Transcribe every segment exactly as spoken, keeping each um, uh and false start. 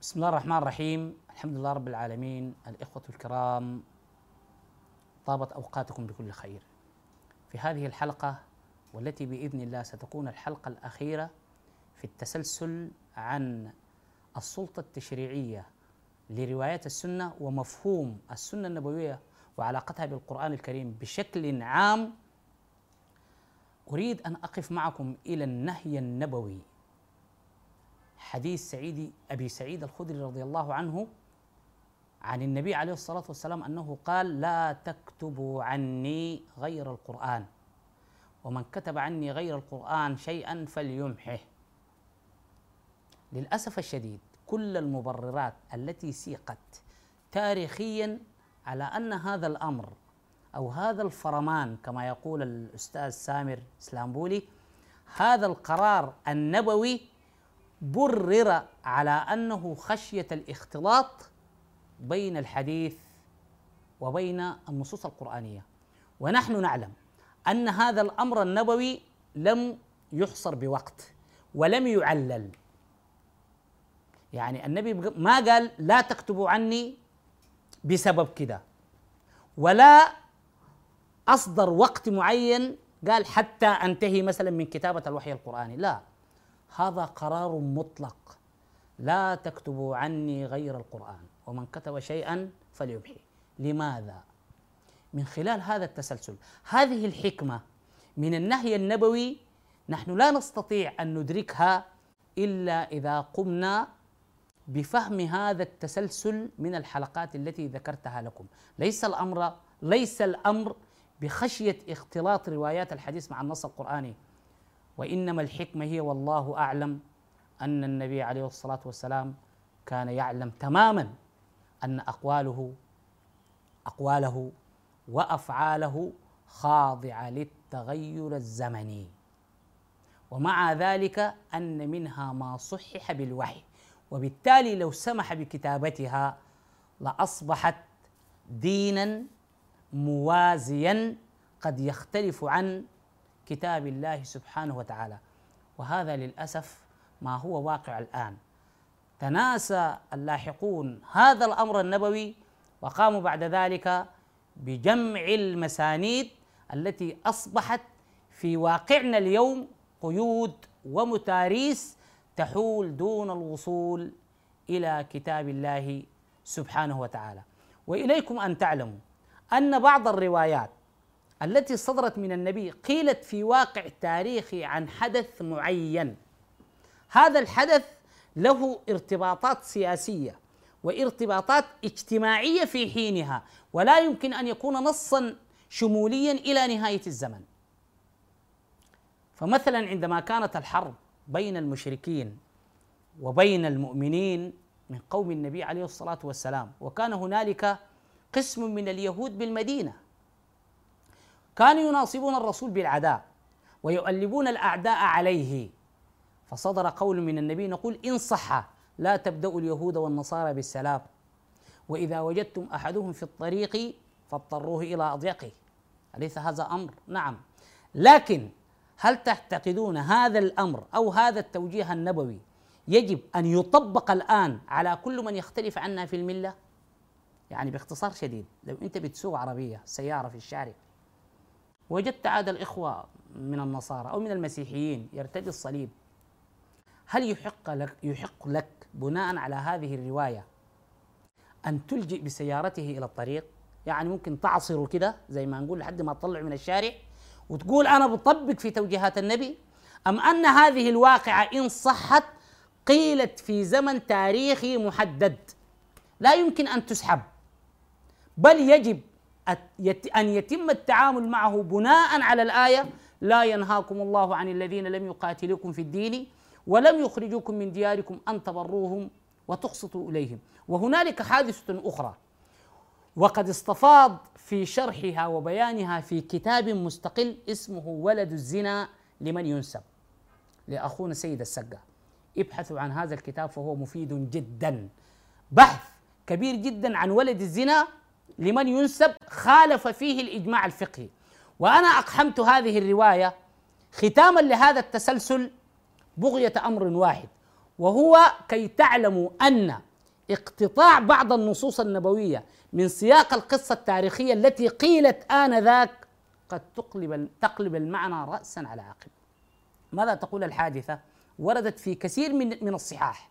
بسم الله الرحمن الرحيم. الحمد لله رب العالمين. الإخوة الكرام، طابت أوقاتكم بكل خير. في هذه الحلقة والتي بإذن الله ستكون الحلقة الأخيرة في التسلسل عن السلطة التشريعية لروايات السنة ومفهوم السنة النبوية وعلاقتها بالقرآن الكريم بشكل عام، أريد أن أقف معكم إلى النهي النبوي، حديث سعيد أبي سعيد الخدري رضي الله عنه عن النبي عليه الصلاة والسلام أنه قال: لا تكتبوا عني غير القرآن، ومن كتب عني غير القرآن شيئا فليمحه. للأسف الشديد كل المبررات التي سيقت تاريخيا على أن هذا الأمر أو هذا الفرمان كما يقول الأستاذ سامر سلامبولي، هذا القرار النبوي برر على أنه خشية الاختلاط بين الحديث وبين النصوص القرآنية، ونحن نعلم أن هذا الأمر النبوي لم يحصر بوقت ولم يعلل. يعني النبي ما قال لا تكتبوا عني بسبب كده، ولا أصدر وقت معين قال حتى أنتهي مثلا من كتابة الوحي القرآني، لا، هذا قرار مطلق: لا تكتبوا عني غير القرآن، ومن كتب شيئا فليمحي. لماذا؟ من خلال هذا التسلسل، هذه الحكمة من النهي النبوي نحن لا نستطيع أن ندركها إلا إذا قمنا بفهم هذا التسلسل من الحلقات التي ذكرتها لكم. ليس الأمر ليس الأمر بخشية اختلاط روايات الحديث مع النص القرآني، وإنما الحكمة هي والله أعلم أن النبي عليه الصلاة والسلام كان يعلم تماما أن أقواله أقواله وأفعاله خاضعة للتغير الزمني، ومع ذلك أن منها ما صحح بالوحي، وبالتالي لو سمح بكتابتها لأصبحت دينا موازيا قد يختلف عن كتاب الله سبحانه وتعالى. وهذا للأسف ما هو واقع الآن. تناسى اللاحقون هذا الأمر النبوي وقاموا بعد ذلك بجمع المسانيد التي أصبحت في واقعنا اليوم قيود ومتاريس تحول دون الوصول إلى كتاب الله سبحانه وتعالى. وإليكم أن تعلموا أن بعض الروايات التي صدرت من النبي قيلت في واقع تاريخي عن حدث معين، هذا الحدث له ارتباطات سياسية وارتباطات اجتماعية في حينها، ولا يمكن أن يكون نصا شموليا إلى نهاية الزمن. فمثلا عندما كانت الحرب بين المشركين وبين المؤمنين من قوم النبي عليه الصلاة والسلام، وكان هنالك قسم من اليهود بالمدينة كانوا يناصبون الرسول بالعداء ويؤلبون الأعداء عليه، فصدر قول من النبي نقول: إن صح لا تبدأوا اليهود والنصارى بالسلام، وإذا وجدتم أحدهم في الطريق فاضطروه إلى أضيقه. أليس هذا أمر؟ نعم. لكن هل تعتقدون هذا الأمر أو هذا التوجيه النبوي يجب أن يطبق الآن على كل من يختلف عنا في الملة؟ يعني باختصار شديد، لو أنت بتسوق عربية سيارة في الشارع وجدت عاد الإخوة من النصارى أو من المسيحيين يرتدي الصليب، هل يحق لك يحق لك بناء على هذه الرواية أن تلجئ بسيارته إلى الطريق؟ يعني ممكن تعصره كده زي ما نقول لحد ما تطلع من الشارع وتقول أنا بطبق في توجيهات النبي؟ أم أن هذه الواقعة إن صحت قيلت في زمن تاريخي محدد لا يمكن أن تسحب، بل يجب أن يتم التعامل معه بناء على الآية: لا ينهاكم الله عن الذين لم يقاتلوكم في الدين ولم يخرجوكم من دياركم أن تبروهم وتقسطوا إليهم. وهنالك حادثة أخرى وقد استفاض في شرحها وبيانها في كتاب مستقل اسمه ولد الزنا لمن ينسب، لأخونا سيد السقا. ابحثوا عن هذا الكتاب فهو مفيد جدا، بحث كبير جدا عن ولد الزنا لمن ينسب، خالف فيه الإجماع الفقهي. وأنا أقحمت هذه الرواية ختاما لهذا التسلسل بغية أمر واحد، وهو كي تعلموا أن اقتطاع بعض النصوص النبوية من سياق القصة التاريخية التي قيلت آنذاك قد تقلب تقلب المعنى رأسا على عقب. ماذا تقول الحادثة؟ وردت في كثير من من الصحاح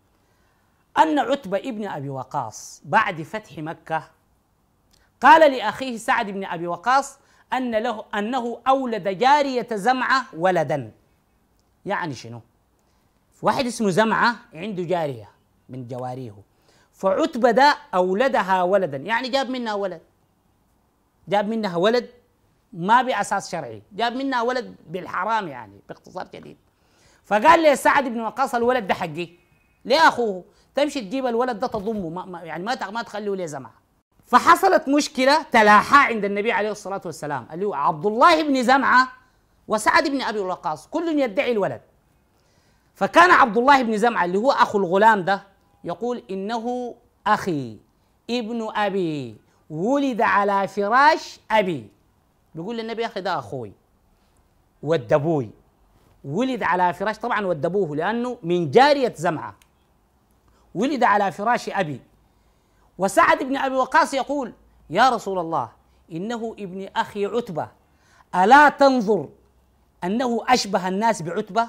أن عتبة ابن أبي وقاص بعد فتح مكة قال لأخيه سعد بن أبي وقاص أن له أنه أولد جارية زمعة ولدا. يعني شنو؟ واحد اسمه زمعة عنده جارية من جواريه، فعتبة ده أولدها ولدا، يعني جاب منها ولد، جاب منها ولد ما بأساس شرعي، جاب منها ولد بالحرام يعني باختصار شديد. فقال لي سعد بن وقاص الولد ده حقي، ليه أخوه؟ تمشي تجيب الولد ده تضمه، ما ما يعني ما ما تخليه ليه زمعة. فحصلت مشكلة تلاحى عند النبي عليه الصلاة والسلام اللي هو عبد الله بن زمعة وسعد بن أبي وقاص كل يدعي الولد. فكان عبد الله بن زمعة اللي هو أخو الغلام ده يقول إنه أخي ابن أبي ولد على فراش أبي، بيقول للنبي يا أخي ده أخوي والدبوي ولد على فراش، طبعا ودبوه لأنه من جارية زمعة، ولد على فراش أبي. وسعد بن أبي وقاص يقول يا رسول الله إنه ابن أخي عتبة، ألا تنظر أنه أشبه الناس بعتبة؟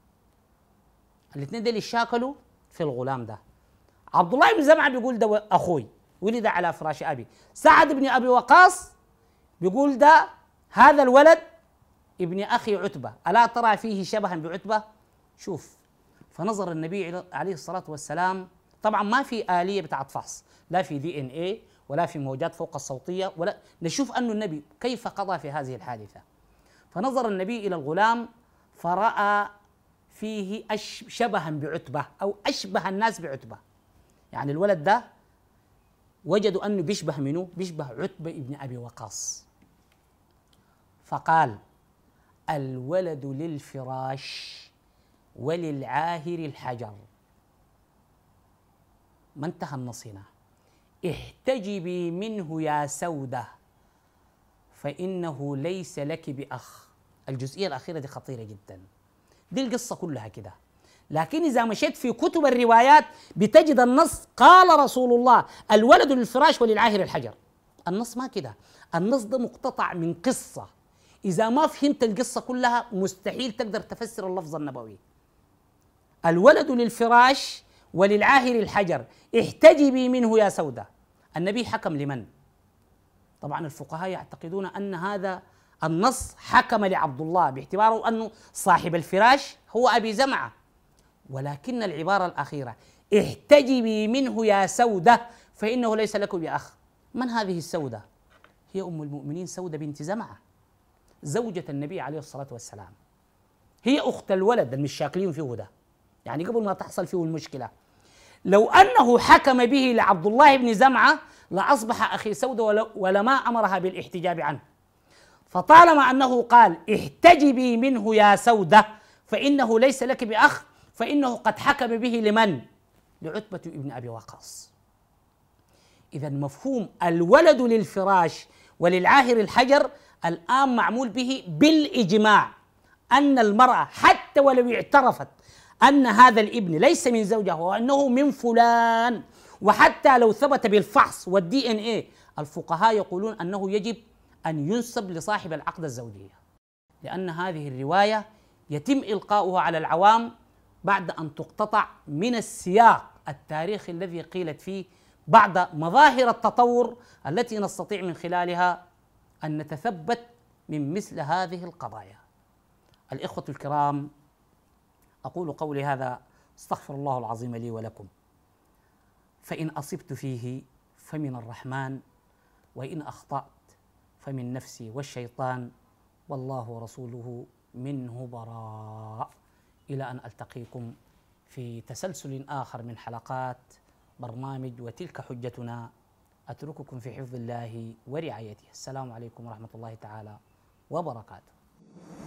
الاثنين دول يشاكلوا في الغلام ده. عبد الله بن زمعة بيقول ده أخوي ولد على فراش أبي، سعد بن أبي وقاص بيقول ده هذا الولد ابن أخي عتبة، ألا ترى فيه شبها بعتبة؟ شوف، فنظر النبي عليه الصلاة والسلام، طبعا ما في آلية بتاعت فحص، لا في دي إن إيه ولا في موجات فوق الصوتية، ولا نشوف أن النبي كيف قضى في هذه الحادثة. فنظر النبي إلى الغلام فرأى فيه شبها بعتبة أو أشبه الناس بعتبة، يعني الولد ده وجدوا أنه بيشبه منه، بيشبه عتبة ابن أبي وقاص. فقال الولد للفراش وللعاهر الحجر. ما انتهى النص هنا، احتجبي منه يا سودة فإنه ليس لك بأخ. الجزئية الأخيرة دي خطيرة جدا، دي القصة كلها كده. لكن إذا مشيت في كتب الروايات بتجد النص قال رسول الله الولد للفراش وللعاهر الحجر. النص ما كده، النص ده مقتطع من قصة، إذا ما فهمت القصة كلها مستحيل تقدر تفسر اللفظ النبوي. الولد للفراش وللعاهر الحجر، احتجبي منه يا سودة. النبي حكم لمن؟ طبعا الفقهاء يعتقدون أن هذا النص حكم لعبد الله باعتباره أنه صاحب الفراش هو أبي زمعة، ولكن العبارة الأخيرة احتجبي منه يا سودة فإنه ليس لك بأخ. من هذه السودة؟ هي أم المؤمنين سودة بنت زمعة زوجة النبي عليه الصلاة والسلام، هي أخت الولد اللي مش شاكلين فيه ده، يعني قبل ما تحصل فيه المشكلة. لو أنه حكم به لعبد الله بن زمعة لأصبح أخي سودة ولما أمرها بالاحتجاب عنه. فطالما أنه قال احتجبي منه يا سودة فإنه ليس لك بأخ، فإنه قد حكم به لمن؟ لعتبة ابن أبي وقاص. إذا مفهوم الولد للفراش وللعاهر الحجر الآن معمول به بالإجماع، أن المرأة حتى ولو اعترفت أن هذا الابن ليس من زوجها وأنه من فلان، وحتى لو ثبت بالفحص والدي ان ايه، الفقهاء يقولون أنه يجب أن ينسب لصاحب العقد الزوجية، لأن هذه الرواية يتم إلقاؤها على العوام بعد أن تقتطع من السياق التاريخي الذي قيلت فيه بعض مظاهر التطور التي نستطيع من خلالها أن نتثبت من مثل هذه القضايا. الإخوة الكرام، أقول قولي هذا، استغفر الله العظيم لي ولكم، فإن أصبت فيه فمن الرحمن، وإن أخطأت فمن نفسي والشيطان، والله ورسوله منه براء. إلى أن ألتقيكم في تسلسل آخر من حلقات برنامج وتلك حجتنا، أترككم في حفظ الله ورعايته. السلام عليكم ورحمة الله تعالى وبركاته.